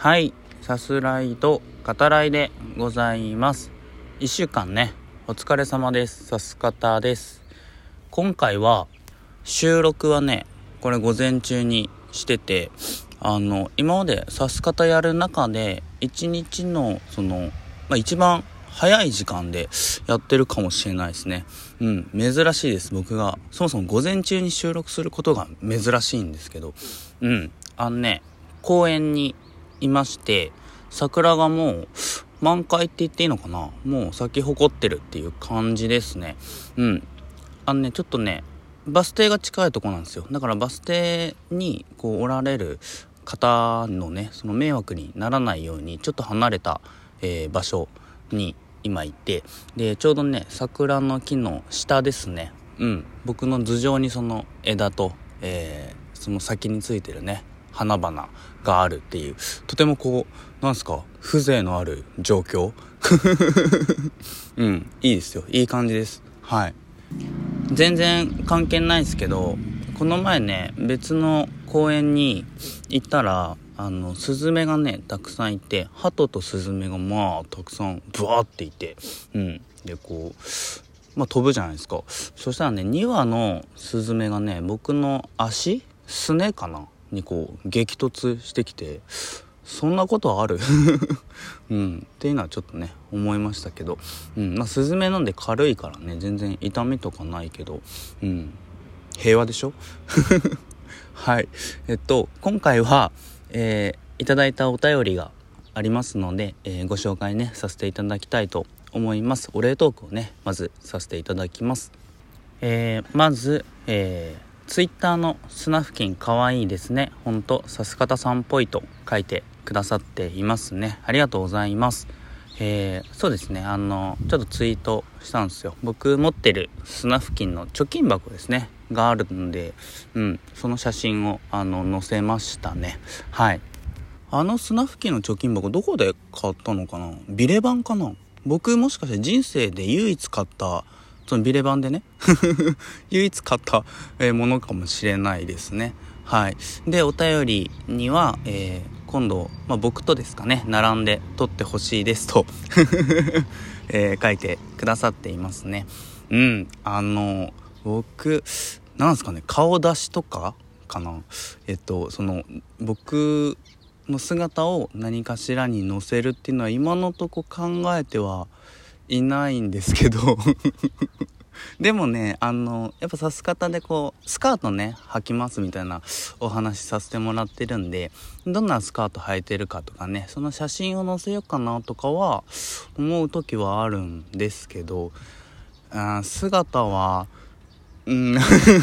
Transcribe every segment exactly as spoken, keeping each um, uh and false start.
はい、さすらいと語らいでございます。いっしゅうかんね、お疲れ様です。さすかたです。今回は収録はね、これ午前中にしてて、あの今までさすかたやる中で一日のその、まあ、一番早い時間でやってるかもしれないですね。うん、珍しいです。僕がそもそも午前中に収録することが珍しいんですけど、うん、あのね、公園にいまして、桜がもう満開って言っていいのかな、もう咲き誇ってるっていう感じですね。うん、あのね、ちょっとね、バス停が近いとこなんですよ。だからバス停にこうおられる方のね、その迷惑にならないようにちょっと離れた、えー、場所に今いて、でちょうどね、桜の木の下ですね。うん、僕の頭上にその枝と、えー、その先についてるね花々があるっていう、とてもこうなんすか、風情のある状況うん、いいですよ。いい感じです。はい。全然関係ないですけど、この前ね、別の公園に行ったら、あのスズメがねたくさんいて、鳩とスズメがまあたくさんブワーっていて、うんでこうまあ飛ぶじゃないですか。そしたらね、にわのスズメがね、僕の足すねかなにこう激突してきて、そんなことあるうんっていうのはちょっとね思いましたけど、うんまあスズメなんで軽いからね、全然痛みとかないけど、うん平和でしょはいえっと今回は、えー、いただいたお便りがありますので、えー、ご紹介ねさせていただきたいと思います。お礼トークをねまずさせていただきます。えー、まず、えー、ツイッターの砂付近かわいいですね、ほんとさすかたさんっぽいと書いてくださっていますね。ありがとうございます。えー、そうですね、あのちょっとツイートしたんですよ。僕持ってる砂付近の貯金箱ですねがあるんで、うん、その写真をあの載せましたね。はい。あの砂付近の貯金箱どこで買ったのかな、ビレバンかな。僕もしかして人生で唯一買ったそのビレバンでね唯一買ったものかもしれないですね。はい。でお便りには、えー、今度、まあ、僕とですかね並んで撮ってほしいですと、えー、書いてくださっていますね。うんあの僕なんですかね、顔出しとかかな、えっとその僕の姿を何かしらに載せるっていうのは今のとこ考えてはいないんですけどでもね、あのやっぱさす方でこうスカートね履きますみたいなお話させてもらってるんで、どんなスカート履いてるかとかね、その写真を載せようかなとかは思う時はあるんですけど、あ姿はうん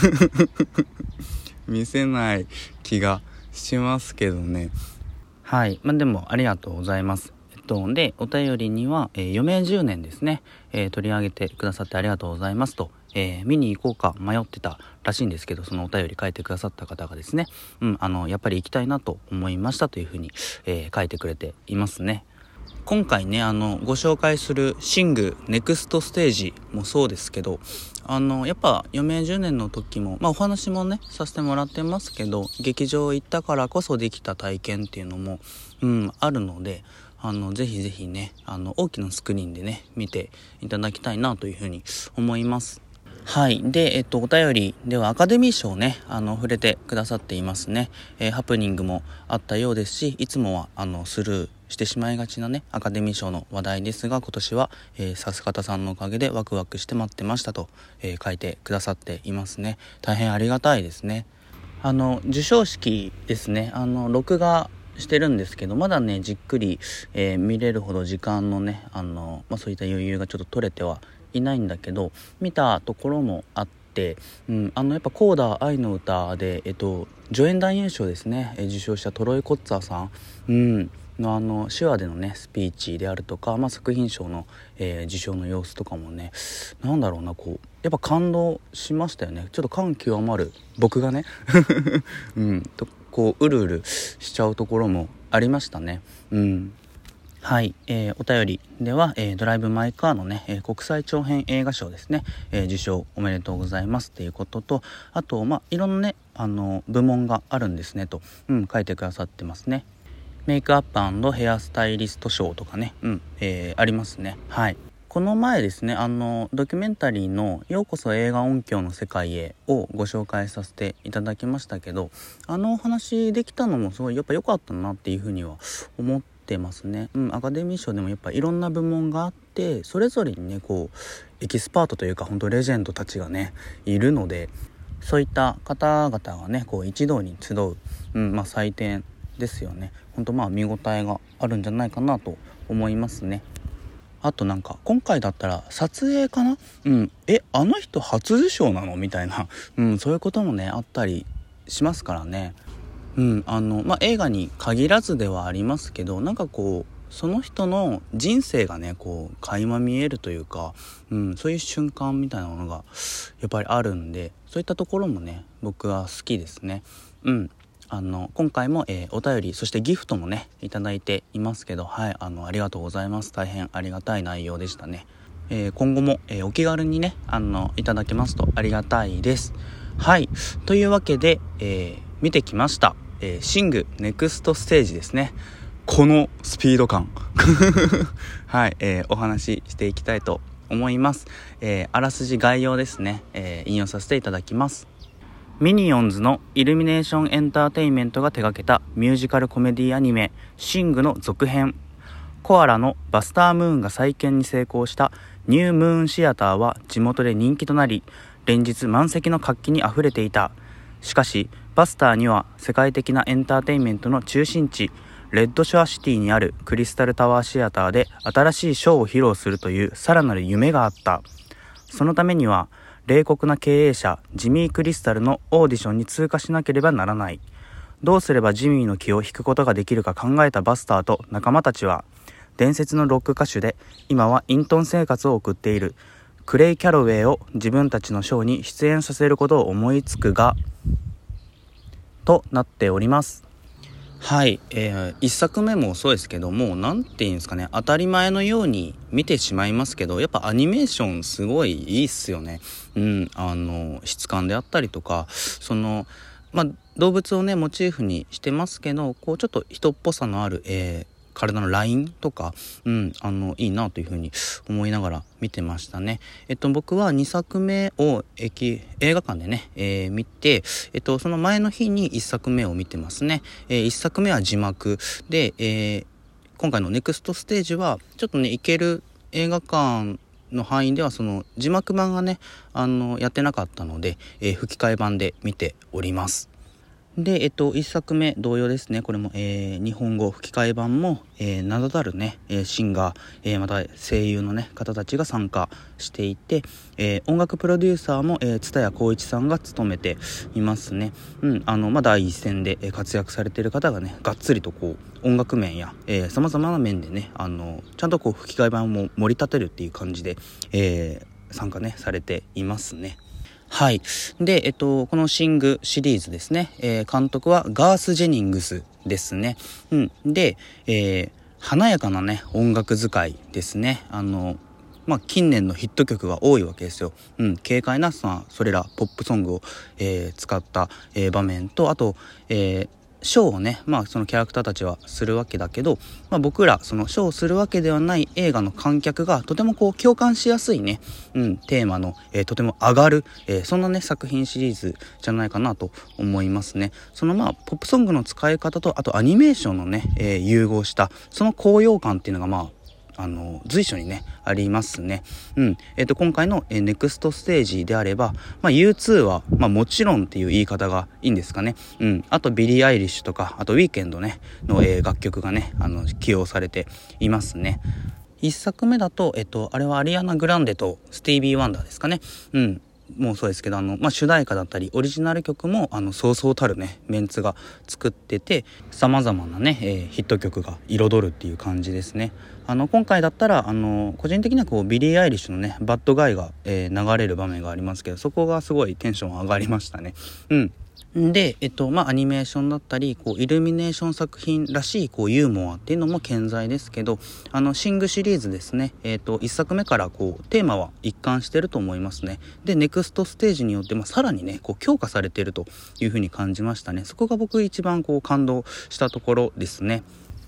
見せない気がしますけどね。はい、まあ、でもありがとうございます。えっとでお便りには、えー、余命じゅうねんですね、えー、取り上げてくださってありがとうございますと、えー、見に行こうか迷ってたらしいんですけど、そのお便り書いてくださった方がですね、うんあのやっぱり行きたいなと思いましたというふうに、えー、書いてくれていますね。今回ね、あのご紹介するシングネクストステージもそうですけど、あのやっぱ余命じゅうねんの時も、まあ、お話もねさせてもらってますけど、劇場行ったからこそできた体験っていうのも、うん、あるので、あのぜひぜひね、あの大きなスクリーンでね見ていただきたいなというふうに思います。はい。で、えっと、お便りではアカデミー賞ね、あの、触れてくださっていますね。えー、ハプニングもあったようですし、いつもは、あの、スルーしてしまいがちなね、アカデミー賞の話題ですが、今年は、えー、さす方さんのおかげでワクワクして待ってましたと、えー、書いてくださっていますね。大変ありがたいですね。あの、授賞式ですね、あの、録画してるんですけど、まだね、じっくり、えー、見れるほど時間のね、あの、まあ、そういった余裕がちょっと取れてはいないんだけど、見たところもあって、うん、あのやっぱコーダ愛の歌で、えっと、助演男優賞ですね、え受賞したトロイ・コッツァーさん、うん、のあの手話でのねスピーチであるとか、まあ、作品賞の、えー、受賞の様子とかもね、なんだろうな、こうやっぱ感動しましたよね。ちょっと感極まる僕がね、うん、とこううるうるしちゃうところもありましたね。うんはい、えー、お便りでは、えー、ドライブ・マイ・カーのね、えー、国際長編映画賞ですね、えー、受賞おめでとうございますっていうことと、あとまあいろんなね、あの部門があるんですねと、うん、書いてくださってますね。 メイクアップ&ヘアスタイリスト賞とかね、うん、えー、ありますね。はい。この前ですね、あのドキュメンタリーのようこそ映画音響の世界へをご紹介させていただきましたけど、あのお話できたのもすごいやっぱ良かったなっていうふうには思ってますね。うん、アカデミー賞でもやっぱいろんな部門があって、それぞれにねこうエキスパートというか本当レジェンドたちがねいるので、そういった方々がねこう一堂に集う、うんまあ、祭典ですよね。本当まあ見応えがあるんじゃないかなと思いますね。あとなんか今回だったら撮影かな、うんえあの人初受賞なのみたいな、うん、そういうこともねあったりしますからね。うんあのまあ映画に限らずではありますけど、なんかこうその人の人生がねこう垣間見えるというか、うん、そういう瞬間みたいなものがやっぱりあるんで、そういったところもね僕は好きですね。うんあの今回も、えー、お便りそしてギフトもねいただいていますけど、はいあのありがとうございます。大変ありがたい内容でしたね。えー、今後も、えー、お気軽にねあのいただけますとありがたいです。はいというわけで、えー、見てきました、えー、シングネクストステージですね。このスピード感はい、えー、お話ししていきたいと思います。えー、あらすじ概要ですね、えー、引用させていただきます。ミニオンズのイルミネーションエンターテインメントが手掛けたミュージカルコメディアニメシングの続編、コアラのバスタームーンが再建に成功したニュームーンシアターは地元で人気となり、連日満席の活気にあふれていた。しかしバスターには世界的なエンターテインメントの中心地レッドショアシティにあるクリスタルタワーシアターで新しいショーを披露するというさらなる夢があった。そのためには冷酷な経営者ジミー・クリスタルのオーディションに通過しなければならない。どうすればジミーの気を引くことができるか考えたバスターと仲間たちは、伝説のロック歌手で今は隠遁生活を送っているクレイ・キャロウェイを自分たちのショーに出演させることを思いつくがとなっております。はい、えー、いっさくめもそうですけども、なんていうんですかね、当たり前のように見てしまいますけど、やっぱアニメーションすごいいいっすよね。うんあの質感であったりとか、そのまあ動物をねモチーフにしてますけど、こうちょっと人っぽさのある、えー体のラインとか、うん、あのいいなというふうに思いながら見てましたね。えっと僕はにさくめを駅映画館でね、えー、見て、えっとその前の日にいっさくめを見てますね。えー、いっさくめは字幕で、えー、今回のネクストステージはちょっとね行ける映画館の範囲ではその字幕版がねあのやってなかったので、えー、吹き替え版で見ております。で、えっと、いっさくめ同様ですね。これも、えー、日本語吹き替え版も、えー、名だたるね、えー、シンガー、えー、また声優のね、方たちが参加していて、えー、音楽プロデューサーも、えー、蔦谷好位置さんが務めていますね。うん、あの、まあ、第一線で活躍されている方がね、がっつりとこう、音楽面や、えー、様々な面でね、あの、ちゃんとこう、吹き替え版も盛り立てるっていう感じで、えー、参加ね、されていますね。はい。で、えっと、このシングシリーズですね、えー、監督はガース・ジェニングスですね。うん。で、えー、華やかなね、音楽使いですね。あの、まあ、近年のヒット曲が多いわけですよ。うん。軽快な、それら、ポップソングを、えー、使った、えー、場面と、あと、えー、ショーをね、まあそのキャラクターたちはするわけだけど、まあ、僕らそのショーをするわけではない映画の観客がとてもこう共感しやすいね、うん、テーマの、えー、とても上がる、えー、そんなね作品シリーズじゃないかなと思いますね。そのまあポップソングの使い方と、あとアニメーションのね、えー、融合したその高揚感っていうのがまああの随所にねありますね。うん。えっと今回の、えー、ネクストステージであれば、まあ ユーツー はまあもちろんっていう言い方がいいんですかね。うん。あとビリー・アイリッシュとか、あとウィーケンドねの、えー、楽曲がねあの起用されていますね。一作目だとえっとあれはアリアナ・グランデとスティービー・ワンダーですかね。うん。もうそうですけど、あの、まあ、主題歌だったりオリジナル曲もあのそうそうたるねメンツが作ってて、様々なね、えー、ヒット曲が彩るっていう感じですね。あの今回だったらあの個人的にはこうビリー・アイリッシュのねバッドガイが、えー、流れる場面がありますけど、そこがすごいテンション上がりましたね。うんで、えっと、まあ、アニメーションだったり、こう、イルミネーション作品らしい、こう、ユーモアっていうのも健在ですけど、あの、シングシリーズですね、えっと、一作目から、こう、テーマは一貫してると思いますね。で、ネクストステージによって、まあ、さらにね、こう、強化されているというふうに感じましたね。そこが僕一番、こう、感動したところですね。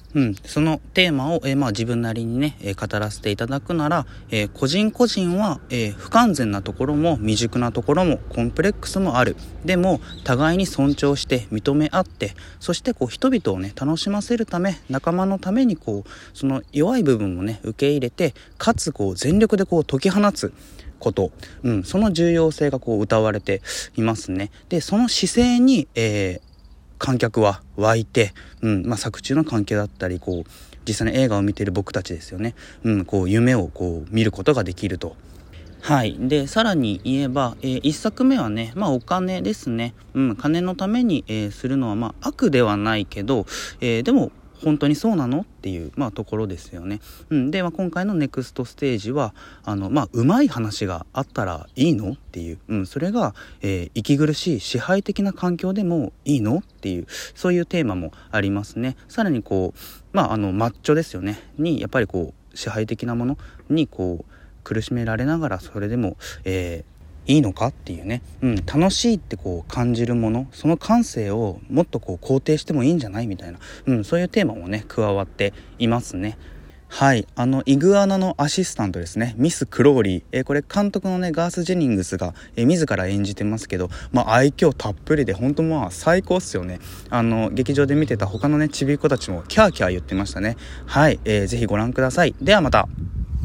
うん、そのテーマを、えーまあ、自分なりにね、えー、語らせていただくなら、えー、個人個人は、えー、不完全なところも未熟なところもコンプレックスもある。でも互いに尊重して認め合って、そしてこう人々をね楽しませるため、仲間のためにこうその弱い部分をね受け入れて、かつこう全力でこう解き放つこと、うん、その重要性がこう謳われていますね。でその姿勢に、えー観客は湧いて、うんまあ、作中の関係だったりこう実際に映画を見ている僕たちですよね、うん、こう夢をこう見ることができると。はい。で、さらに言えば、えー、一作目はね、まあお金ですね。うん、金のために、えーするのは、まあ悪ではないけど、えーでも、本当にそうなのっていう、まあ、ところですよね。うん、で、まあ、今回のネクストステージはあの、まあ、うまい話があったらいいのっていう、うん、それが、えー息苦しい支配的な環境でもいいのっていう、そういうテーマもありますね。さらにこう、まあ、あのマッチョですよねにやっぱりこう支配的なものにこう苦しめられながら、それでも、えーいいのかっていうね、うん、楽しいってこう感じるもの、その感性をもっとこう肯定してもいいんじゃないみたいな、うん、そういうテーマもね加わっていますね。はい、あのイグアナのアシスタントですね、ミス・クローリー、えーこれ監督のねガース・ジェニングスが、えー自ら演じてますけど、まあ、愛嬌たっぷりで本当まあ最高っすよね。あの劇場で見てた他のねちびっ子たちもキャーキャー言ってましたね。はい、えーぜひご覧ください。ではまた。